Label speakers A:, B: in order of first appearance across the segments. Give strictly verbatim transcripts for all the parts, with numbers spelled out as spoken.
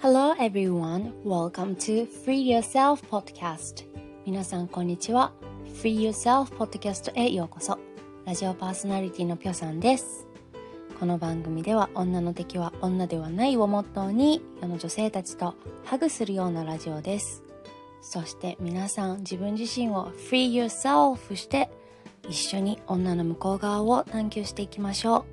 A: Hello everyone, welcome to Free Yourself Podcast. 皆さんこんにちは。Free Yourself Podcast へようこそ。ラジオパーソナリティのぴょさんです。この番組では女の敵は女ではないをモットーに世の女性たちとハグするようなラジオです。そして皆さん自分自身を Free Yourself して一緒に女の向こう側を探求していきましょう。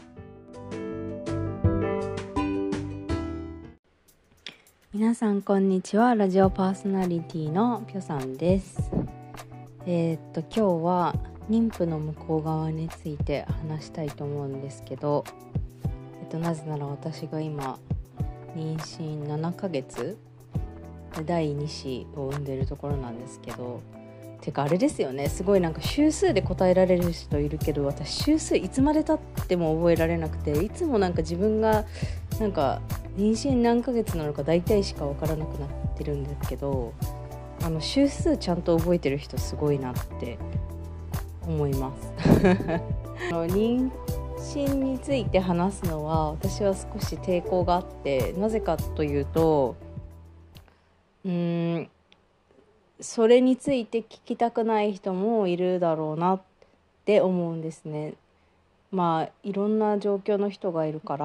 A: 皆さんこんにちは。ラジオパーソナリティのぴょさんです。えー、っと今日は妊婦の向こう側について話したいと思うんですけど、えっと、なぜなら私が今妊娠ななかげつでだいに子を産んでるところなんですけど、てかあれですよね、すごいなんか週数で答えられる人いるけど、私週数いつまで経っても覚えられなくて、いつもなんか自分がなんか妊娠何ヶ月なのか大体しか分からなくなってるんですけど、あの週数ちゃんと覚えてる人すごいなって思います妊娠について話すのは私は少し抵抗があって、なぜかというとうーんそれについて聞きたくない人もいるだろうなって思うんですね。まあいろんな状況の人がいるから、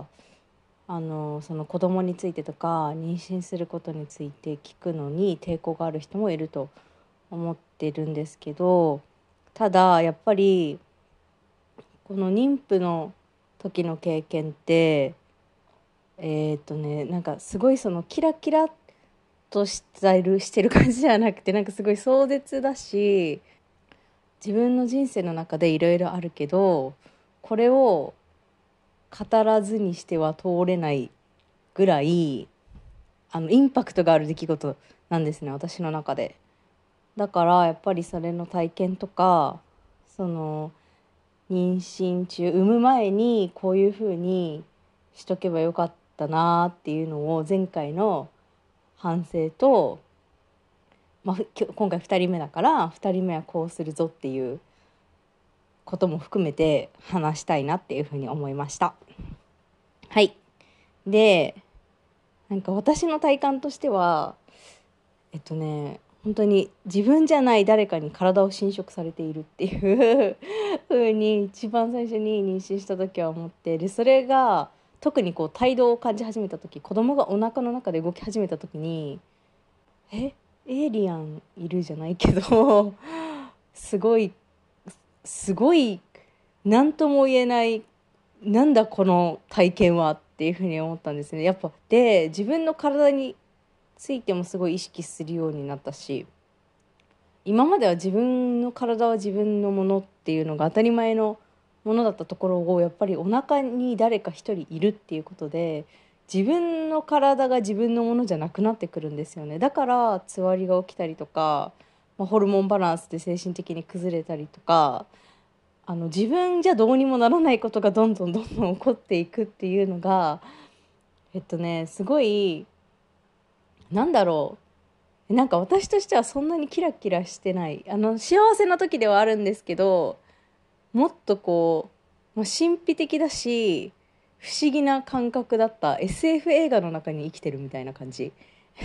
A: あのその子供についてとか妊娠することについて聞くのに抵抗がある人もいると思ってるんですけど、ただやっぱりこの妊婦の時の経験ってえー、っとねなんかすごいそのキラキラとしてるしてる感じじゃなくて、なんかすごい壮絶だし、自分の人生の中でいろいろあるけど、これを語らずにしては通れないぐらいあのインパクトがある出来事なんですね、私の中で。だからやっぱりそれの体験とか、その妊娠中産む前にこういう風にしとけばよかったなっていうのを前回の反省と、まあ、今回ふたりめだからふたりめはこうするぞっていうことも含めて話したいなっていうふうに思いました。はい。で、なんか私の体感としてはえっとね本当に自分じゃない誰かに体を侵食されているっていうふうに一番最初に妊娠した時は思って、でそれが特にこう胎動を感じ始めた時、子供がお腹の中で動き始めた時に、えエイリアンいるじゃないけどすごいすごい何とも言えない、なんだこの体験はっていうふうに思ったんですね。やっぱで自分の体についてもすごい意識するようになったし、今までは自分の体は自分のものっていうのが当たり前のものだったところを、やっぱりお腹に誰か一人いるっていうことで自分の体が自分のものじゃなくなってくるんですよね。だからつわりが起きたりとか、まあ、ホルモンバランスで精神的に崩れたりとか、あの自分じゃどうにもならないことがどんどんどんどん起こっていくっていうのが、えっとねすごいなんだろう、なんか私としてはそんなにキラキラしてない、あの幸せな時ではあるんですけど、もっとこう、まあ、神秘的だし不思議な感覚だった。 エスエフ 映画の中に生きてるみたいな感じ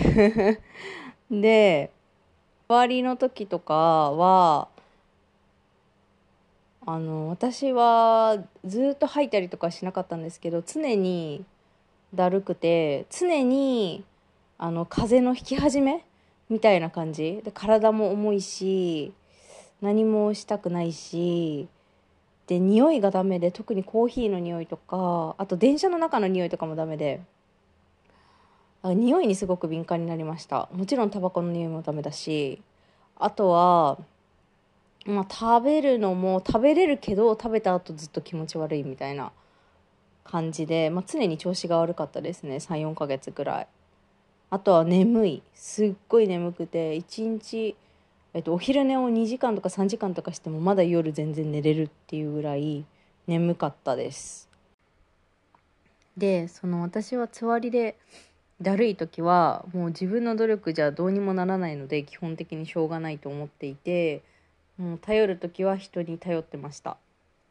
A: で、終わりの時とかはあの私はずっと吐いたりとかしなかったんですけど、常にだるくて、常にあの風邪のひき始めみたいな感じで、体も重いし何もしたくないし、で匂いがダメで、特にコーヒーの匂いとか、あと電車の中の匂いとかもダメで、あ匂いにすごく敏感になりました。もちろんタバコの匂いもダメだし、あとはまあ食べるのも食べれるけど、食べた後ずっと気持ち悪いみたいな感じで、まあ、常に調子が悪かったですね、さんよんかげつぐらい。あとは眠い、すっごい眠くて、いちにち、えっと、お昼寝をにじかんとかさんじかんとかしてもまだ夜全然寝れるっていうぐらい眠かったです。でその私はつわりでだるい時はもう自分の努力じゃどうにもならないので、基本的にしょうがないと思っていて、もう頼る時は人に頼ってました。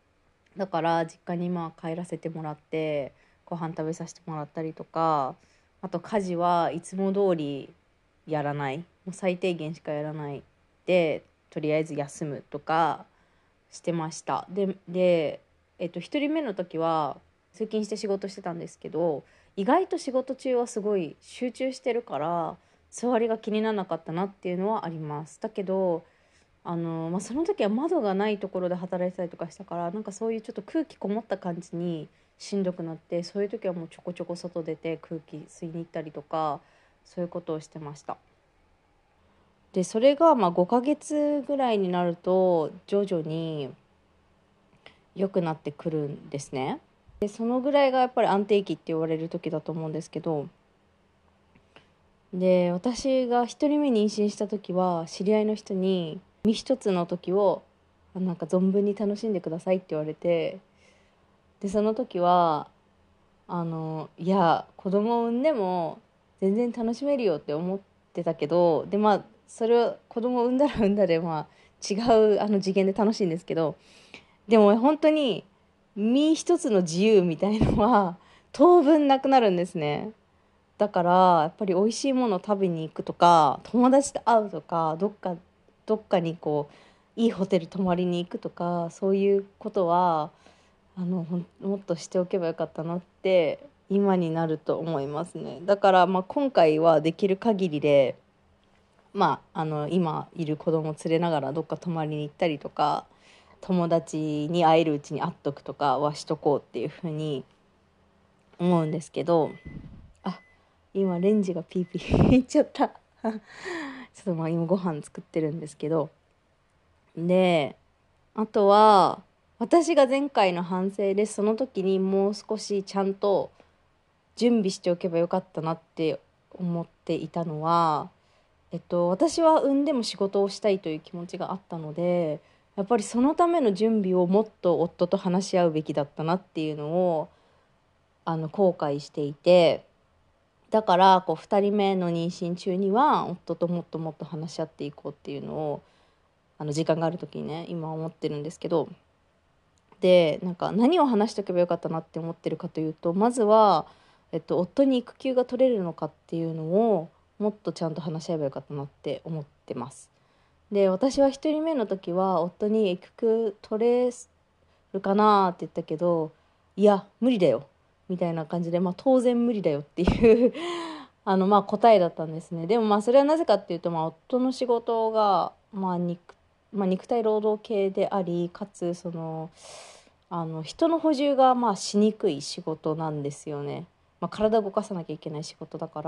A: だから実家にまあ帰らせてもらってご飯食べさせてもらったりとか、 あと家事はいつも通りやらない、もう最低限しかやらないでとりあえず休むとかしてました。で、でえっと、ひとりめの時は通勤して仕事してたんですけど、意外と仕事中はすごい集中してるから座りが気にならなかったなっていうのはあります。だけどあの、まあ、その時は窓がないところで働いてたりとかしたから、なんかそういうちょっと空気こもった感じにしんどくなって、そういう時はもうちょこちょこ外出て空気吸いに行ったりとか、そういうことをしてました。でそれがまあごかげつぐらいになると徐々に良くなってくるんですね。でそのぐらいがやっぱり安定期って言われる時だと思うんですけど、で私がひとりめ妊娠した時は知り合いの人に身一つの時をあなんか存分に楽しんでくださいって言われて、でその時はあのいや子供を産んでも全然楽しめるよって思ってたけど、でまあそれを子供を産んだら産んだで、まあ、違うあの次元で楽しいんですけど、でも本当に身一つの自由みたいのは当分なくなるんですね。だからやっぱり美味しいものを食べに行くとか友達と会うとかどっかどっかにこういいホテル泊まりに行くとか、そういうことはあのほんもっとしておけばよかったなって今になると思いますね。だからまあ今回はできる限りで、まあ、あの今いる子供を連れながらどっか泊まりに行ったりとか友達に会えるうちに会っとくとかはしとこうっていうふうに思うんですけど、あ今レンジがピーピーいっちゃったちょっとまあ今ご飯作ってるんですけど、であとは私が前回の反省でその時にもう少しちゃんと準備しておけばよかったなって思っていたのは、えっと、私は産んでも仕事をしたいという気持ちがあったので、やっぱりそのための準備をもっと夫と話し合うべきだったなっていうのをあの後悔していて、だからこうふたりめの妊娠中には夫ともっともっと話し合っていこうっていうのをあの時間がある時にね今思ってるんですけど、でなんか何を話しておけばよかったなって思ってるかというと、まずは、えっと、夫に育休が取れるのかっていうのをもっとちゃんと話し合えばよかったなって思ってます。で私はひとりめの時は夫に育休取れるかなって言ったけど、いや無理だよみたいな感じで、まあ、当然無理だよっていうあのまあ答えだったんですね。でもまあそれはなぜかっていうと、まあ、夫の仕事が、まあ肉まあ、肉体労働系であり、かつそのあの人の補充がまあしにくい仕事なんですよね。まあ、体動かさなきゃいけない仕事だから、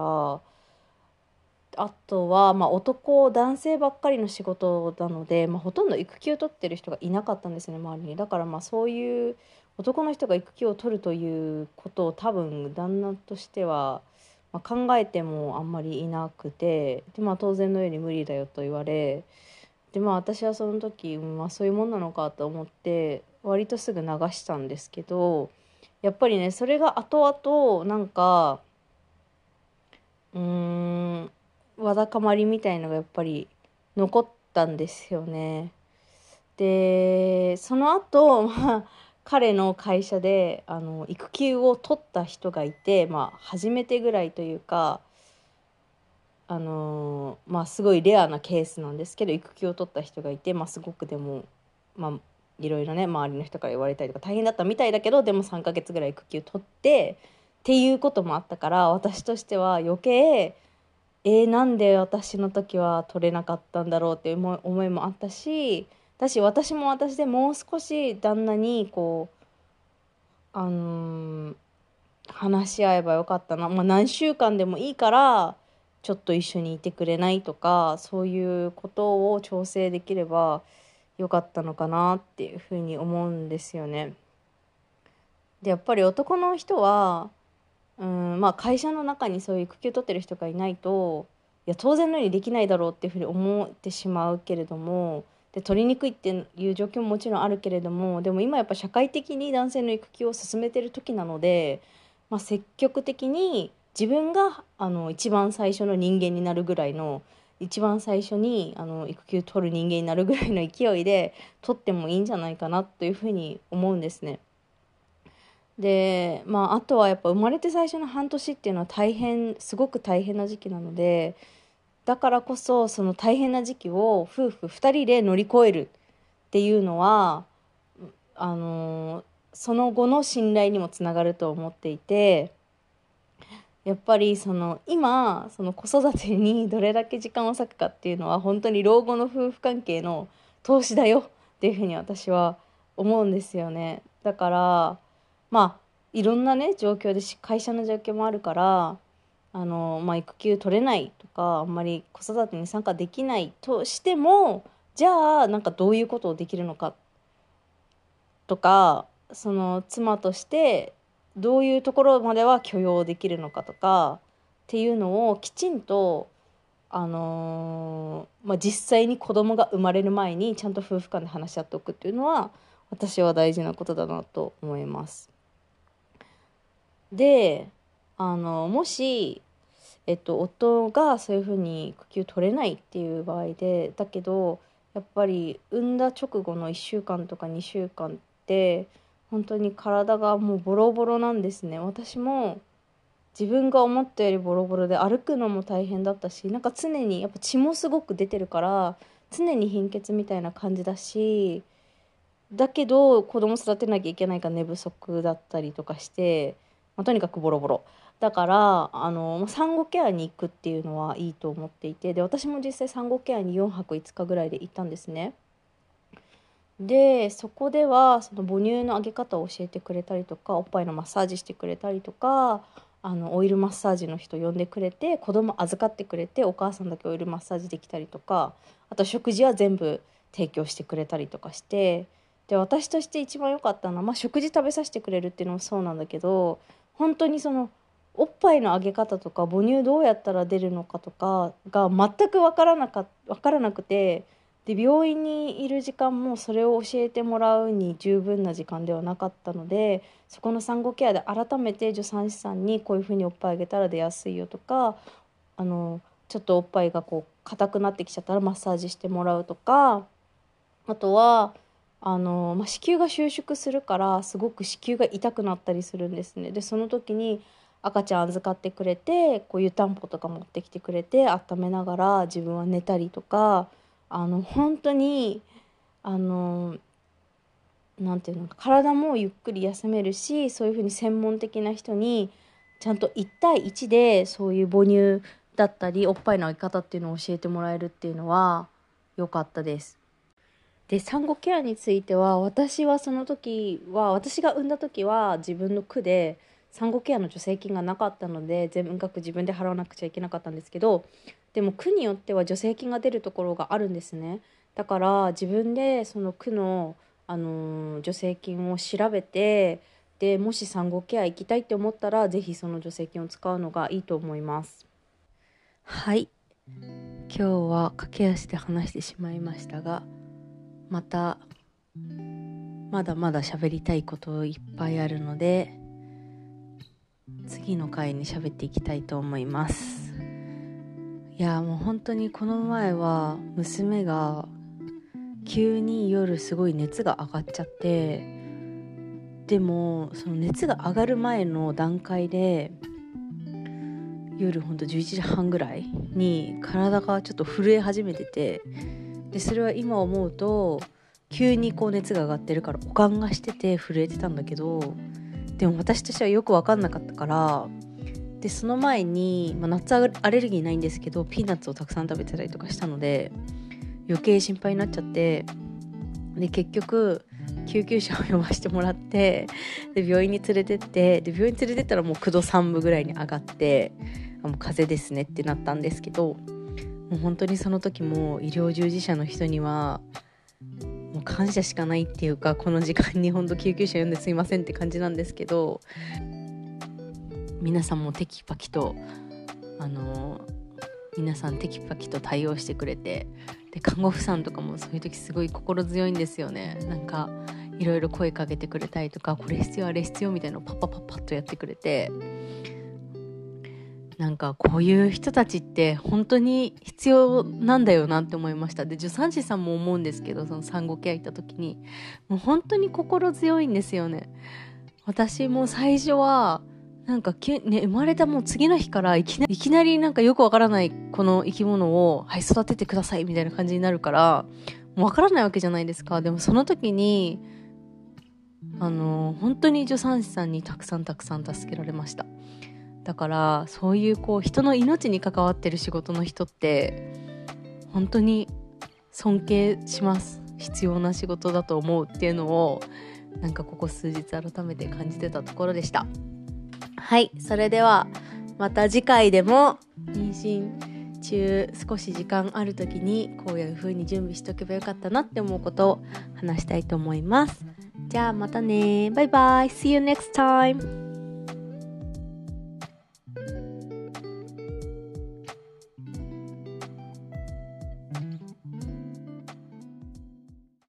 A: あとはまあ男男性ばっかりの仕事なので、まあ、ほとんど育休取ってる人がいなかったんですね周りに。だからまあそういう男の人が育休を取るということを多分旦那としては、まあ、考えてもあんまりいなくて、で、まあ、当然のように無理だよと言われ、でまあ私はその時、まあ、そういうもんなのかと思って割とすぐ流したんですけど、やっぱりねそれが後々なんかうーんわだかまりみたいのがやっぱり残ったんですよね。でその後、まあ彼の会社であの育休を取った人がいて、まあ初めてぐらいというか、あのーまあすごいレアなケースなんですけど育休を取った人がいて、まあ、すごくでもまあいろいろね周りの人から言われたりとか大変だったみたいだけど、でもさんかげつぐらい育休取ってっていうこともあったから、私としては余計えー、なんで私の時は取れなかったんだろうっていう思い思いもあったし、だし私も私でもう少し旦那にこうあのー話し合えばよかったな、まあ、何週間でもいいからちょっと一緒にいてくれないとか、そういうことを調整できればよかったのかなっていうふうに思うんですよね。でやっぱり男の人はうんまあ会社の中にそういう育休取ってる人がいないと、いや当然のようにできないだろうっていうふうに思ってしまうけれども、で取りにくいっていう状況ももちろんあるけれども、でも今やっぱ社会的に男性の育休を進めてる時なので、まあ、積極的に自分があの一番最初の人間になるぐらいの、一番最初にあの育休取る人間になるぐらいの勢いで取ってもいいんじゃないかなというふうに思うんですね。 で、まあ、あとはやっぱ生まれて最初の半年っていうのは大変すごく大変な時期なので、だからこそその大変な時期を夫婦ふたりで乗り越えるっていうのはあのその後の信頼にもつながると思っていて、やっぱりその今その子育てにどれだけ時間を割くかっていうのは本当に老後の夫婦関係の投資だよっていうふうに私は思うんですよね。だからまあいろんなね状況でし会社の状況もあるからあの、まあ、育休取れないとかあんまり子育てに参加できないとしても、じゃあなんかどういうことをできるのかとか、その妻としてどういうところまでは許容できるのかとかっていうのをきちんと、あのーまあ、実際に子供が生まれる前にちゃんと夫婦間で話し合っておくっていうのは私は大事なことだなと思います。で、あのもし、えっと、夫がそういうふうに育休取れないっていう場合で、だけどやっぱり産んだ直後のいっしゅうかんとかにしゅうかんって本当に体がもうボロボロなんですね。私も自分が思ったよりボロボロで歩くのも大変だったし、なんか常にやっぱ血もすごく出てるから常に貧血みたいな感じだし、だけど子供育てなきゃいけないから寝不足だったりとかして、まあ、とにかくボロボロだからあの、まあ産後ケアに行くっていうのはいいと思っていて、で私も実際産後ケアによんはくいつかぐらいで行ったんですね。でそこではその母乳のあげ方を教えてくれたりとか、おっぱいのマッサージしてくれたりとか、あのオイルマッサージの人呼んでくれて子供預かってくれてお母さんだけオイルマッサージできたりとか、あと食事は全部提供してくれたりとかして、で私として一番良かったのは、まあ、食事食べさせてくれるっていうのもそうなんだけど、本当にそのおっぱいのあげ方とか母乳どうやったら出るのかとかが全く分からなか分からなくて、で病院にいる時間もそれを教えてもらうに十分な時間ではなかったので、そこの産後ケアで改めて助産師さんにこういうふうにおっぱいあげたら出やすいよとか、あのちょっとおっぱいがこう硬くなってきちゃったらマッサージしてもらうとか、あとはあの、まあ、子宮が収縮するからすごく子宮が痛くなったりするんですね。でその時に赤ちゃん預かってくれてこう湯たんぽとか持ってきてくれて温めながら自分は寝たりとか、あの本当にあのなんていうのか体もゆっくり休めるし、そういうふうに専門的な人にちゃんといち対いちでそういう母乳だったりおっぱいのあげ方っていうのを教えてもらえるっていうのは良かったです。で産後ケアについては私はその時は私が産んだ時は自分の区で産後ケアの助成金がなかったので全額自分で払わなくちゃいけなかったんですけど、でも区によっては助成金が出るところがあるんですね。だから自分でその区の、あのー助成金を調べて、でもし産後ケア行きたいって思ったらぜひその助成金を使うのがいいと思います。はい、今日は駆け足で話してしまいましたが、またまだまだ喋りたいこといっぱいあるので次の回に喋っていきたいと思います。いやもう本当にこの前は娘が急に夜すごい熱が上がっちゃって、でもその熱が上がる前の段階で夜ほんとじゅういちじはんぐらいに体がちょっと震え始めてて、でそれは今思うと急にこう熱が上がってるからおかんがしてて震えてたんだけど、でも私としてはよく分かんなかったから、でその前に、まあ、ナッツアレルギーないんですけどピーナッツをたくさん食べてたりとかしたので余計心配になっちゃって、で結局救急車を呼ばしてもらって、で病院に連れてって、で病院に連れてったらもうきゅうどさんぶぐらいに上がって、あもう風邪ですねってなったんですけど、もう本当にその時も医療従事者の人にはもう感謝しかないっていうか、この時間に本当救急車呼んですいませんって感じなんですけど、皆さんもテキパキとあの皆さんテキパキと対応してくれて、で看護婦さんとかもそういう時すごい心強いんですよね。なんかいろいろ声かけてくれたりとか、これ必要あれ必要みたいなのをパッパッパッパッとやってくれて、なんかこういう人たちって本当に必要なんだよなって思いました。で助産師さんも思うんですけど、その産後ケア行った時にもう本当に心強いんですよね。 私も最初はなんか急、ね、生まれたもう次の日からいきなり、いきなりなんかよくわからないこの生き物を、はい、育ててくださいみたいな感じになるから、もうわからないわけじゃないですか。でもその時に、あの、本当に助産師さんにたくさんたくさん助けられました。だから、そういうこう、人の命に関わってる仕事の人って、本当に尊敬します。必要な仕事だと思うっていうのを、なんかここ数日改めて感じてたところでした。はい、それではまた次回でも妊娠中少し時間ある時にこういう風に準備しとけばよかったなって思うことを話したいと思います。じゃあまたね、バイバイ、See you next time!